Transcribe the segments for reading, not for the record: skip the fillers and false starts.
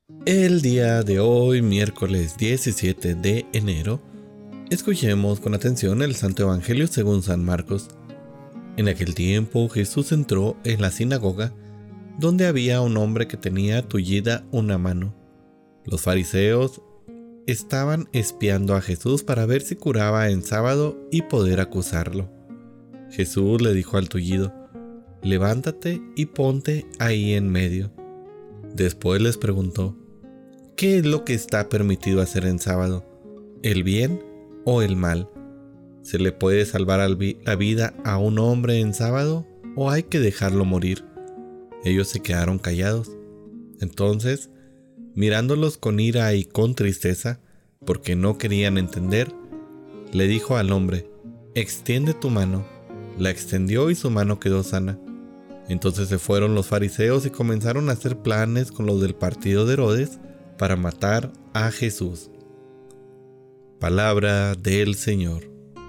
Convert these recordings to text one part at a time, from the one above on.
El día de hoy, miércoles 17 de enero, escuchemos con atención el Santo Evangelio según San Marcos. En aquel tiempo Jesús entró en la sinagoga, donde había un hombre que tenía tullida una mano. Los fariseos estaban espiando a Jesús para ver si curaba en sábado y poder acusarlo. Jesús le dijo al tullido: «Levántate y ponte ahí en medio». Después les preguntó: «¿Qué es lo que está permitido hacer en sábado? ¿El bien o el mal? ¿Se le puede salvar la vida a un hombre en sábado o hay que dejarlo morir?». Ellos se quedaron callados. Entonces, mirándolos con ira y con tristeza, porque no querían entender, le dijo al hombre: «Extiende tu mano». La extendió y su mano quedó sana. Entonces se fueron los fariseos y comenzaron a hacer planes con los del partido de Herodes para matar a Jesús. Palabra del Señor.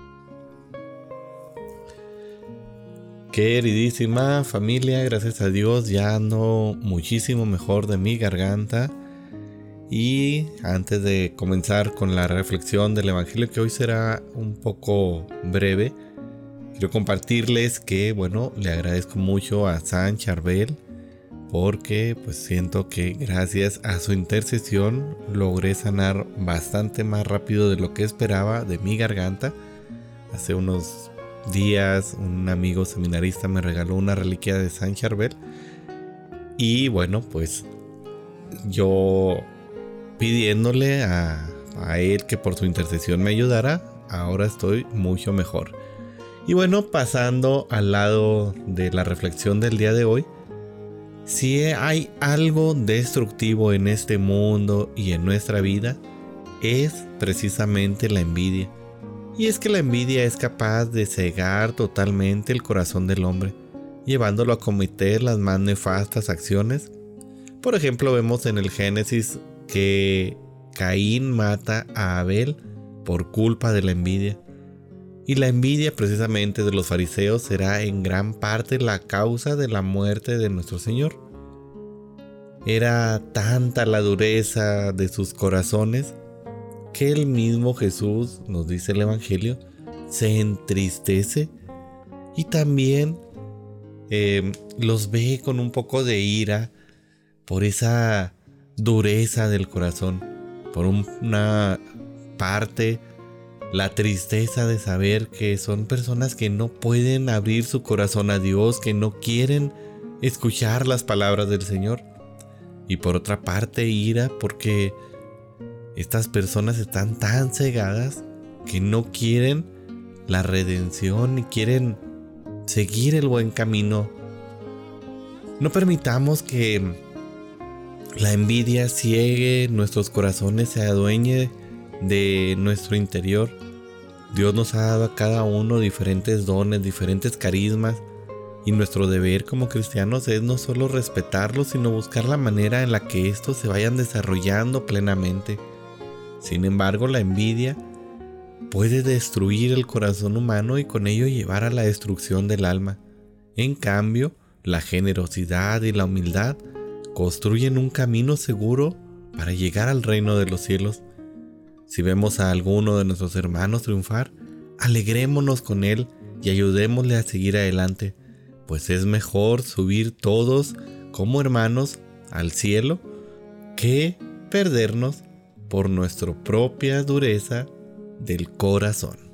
Queridísima familia, gracias a Dios ya ando muchísimo mejor de mi garganta. Y antes de comenzar con la reflexión del Evangelio, que hoy será un poco breve, quiero compartirles que, le agradezco mucho a San Charbel, porque siento que gracias a su intercesión logré sanar bastante más rápido de lo que esperaba de mi garganta. Hace unos días un amigo seminarista me regaló una reliquia de San Charbel y yo pidiéndole a él que por su intercesión me ayudara, ahora estoy mucho mejor. Y pasando al lado de la reflexión del día de hoy, si hay algo destructivo en este mundo y en nuestra vida, es precisamente la envidia. Y es que la envidia es capaz de cegar totalmente el corazón del hombre, llevándolo a cometer las más nefastas acciones. Por ejemplo, vemos en el Génesis que Caín mata a Abel por culpa de la envidia. Y la envidia precisamente de los fariseos será en gran parte la causa de la muerte de nuestro Señor. Era tanta la dureza de sus corazones que el mismo Jesús, nos dice el Evangelio, se entristece y también los ve con un poco de ira por esa dureza del corazón. Por una parte, la tristeza de saber que son personas que no pueden abrir su corazón a Dios, que no quieren escuchar las palabras del Señor. Y por otra parte, ira porque estas personas están tan cegadas que no quieren la redención ni quieren seguir el buen camino. No permitamos que la envidia ciegue nuestros corazones, se adueñe de nuestro interior. Dios nos ha dado a cada uno diferentes dones, diferentes carismas, y nuestro deber como cristianos es no solo respetarlos, sino buscar la manera en la que estos se vayan desarrollando plenamente. Sin embargo, la envidia puede destruir el corazón humano y con ello llevar a la destrucción del alma. En cambio, la generosidad y la humildad construyen un camino seguro para llegar al reino de los cielos. Si vemos a alguno de nuestros hermanos triunfar, alegrémonos con él y ayudémosle a seguir adelante, pues es mejor subir todos como hermanos al cielo que perdernos por nuestra propia dureza del corazón.